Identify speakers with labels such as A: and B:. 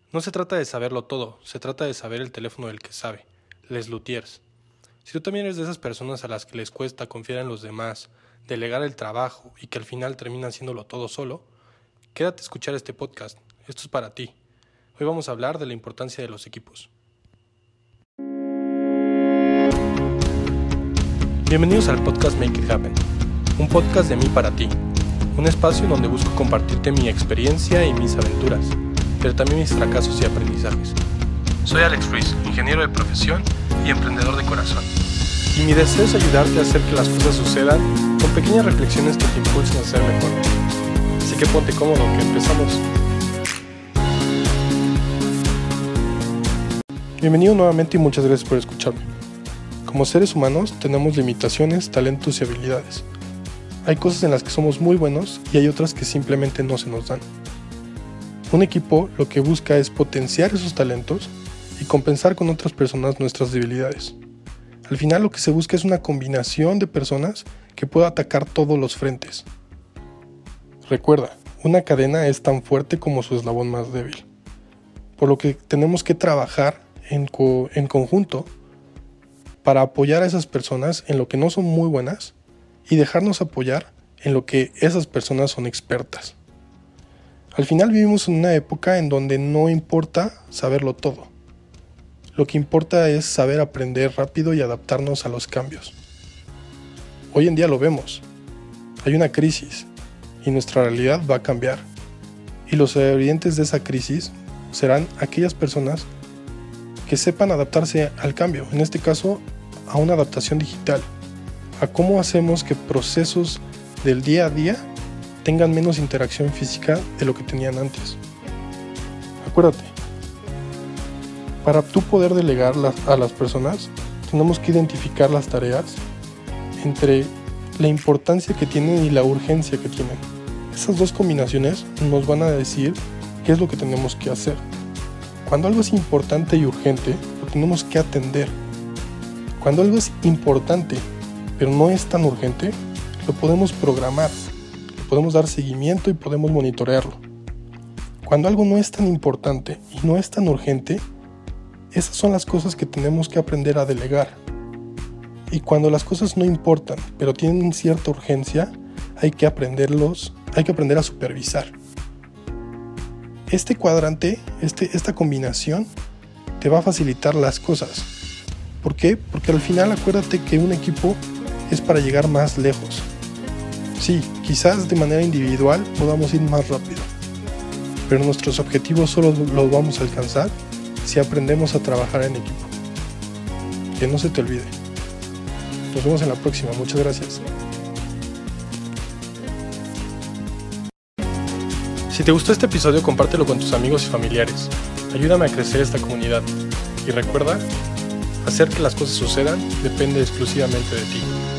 A: No se trata de saberlo todo, se trata de saber el teléfono del que sabe, les luthiers. Si tú también eres de esas personas a las que les cuesta confiar en los demás, delegar el trabajo y que al final terminan haciéndolo todo solo, quédate a escuchar este podcast, esto es para ti. Hoy vamos a hablar de la importancia de los equipos. Bienvenidos al podcast Make It Happen, un podcast de mí para ti, un espacio donde busco compartirte mi experiencia y mis aventuras, pero también mis fracasos y aprendizajes. Soy Alex Ruiz, ingeniero de profesión y emprendedor de corazón, y mi deseo es ayudarte a hacer que las cosas sucedan con pequeñas reflexiones que te impulsen a ser mejor. Así que ponte cómodo, que empezamos. Bienvenido nuevamente y muchas gracias por escucharme. Como seres humanos tenemos limitaciones, talentos y habilidades. Hay cosas en las que somos muy buenos y hay otras que simplemente no se nos dan. Un equipo lo que busca es potenciar esos talentos y compensar con otras personas nuestras debilidades. Al final lo que se busca es una combinación de personas que pueda atacar todos los frentes. Recuerda, una cadena es tan fuerte como su eslabón más débil. Por lo que tenemos que trabajar en conjunto para apoyar a esas personas en lo que no son muy buenas y dejarnos apoyar en lo que esas personas son expertas. Al final vivimos en una época en donde no importa saberlo todo. Lo que importa es saber aprender rápido y adaptarnos a los cambios. Hoy en día lo vemos. Hay una crisis y nuestra realidad va a cambiar. Y los sobrevivientes de esa crisis serán aquellas personas que sepan adaptarse al cambio. En este caso, a una adaptación digital. A cómo hacemos que procesos del día a día tengan menos interacción física de lo que tenían antes. Acuérdate, para tú poder delegar a las personas, tenemos que identificar las tareas entre la importancia que tienen y la urgencia que tienen. Esas dos combinaciones nos van a decir qué es lo que tenemos que hacer. Cuando algo es importante y urgente, lo tenemos que atender. Cuando algo es importante, pero no es tan urgente, lo podemos programar, le podemos dar seguimiento y podemos monitorearlo. Cuando algo no es tan importante y no es tan urgente, esas son las cosas que tenemos que aprender a delegar. Y cuando las cosas no importan, pero tienen cierta urgencia, hay que aprender a supervisar. Este cuadrante, esta combinación, te va a facilitar las cosas. ¿Por qué? Porque al final acuérdate que un equipo es para llegar más lejos. Sí, quizás de manera individual podamos ir más rápido, pero nuestros objetivos solo los vamos a alcanzar si aprendemos a trabajar en equipo. Que no se te olvide. Nos vemos en la próxima. Muchas gracias. Si te gustó este episodio, compártelo con tus amigos y familiares. Ayúdame a crecer esta comunidad. Y recuerda, hacer que las cosas sucedan depende exclusivamente de ti.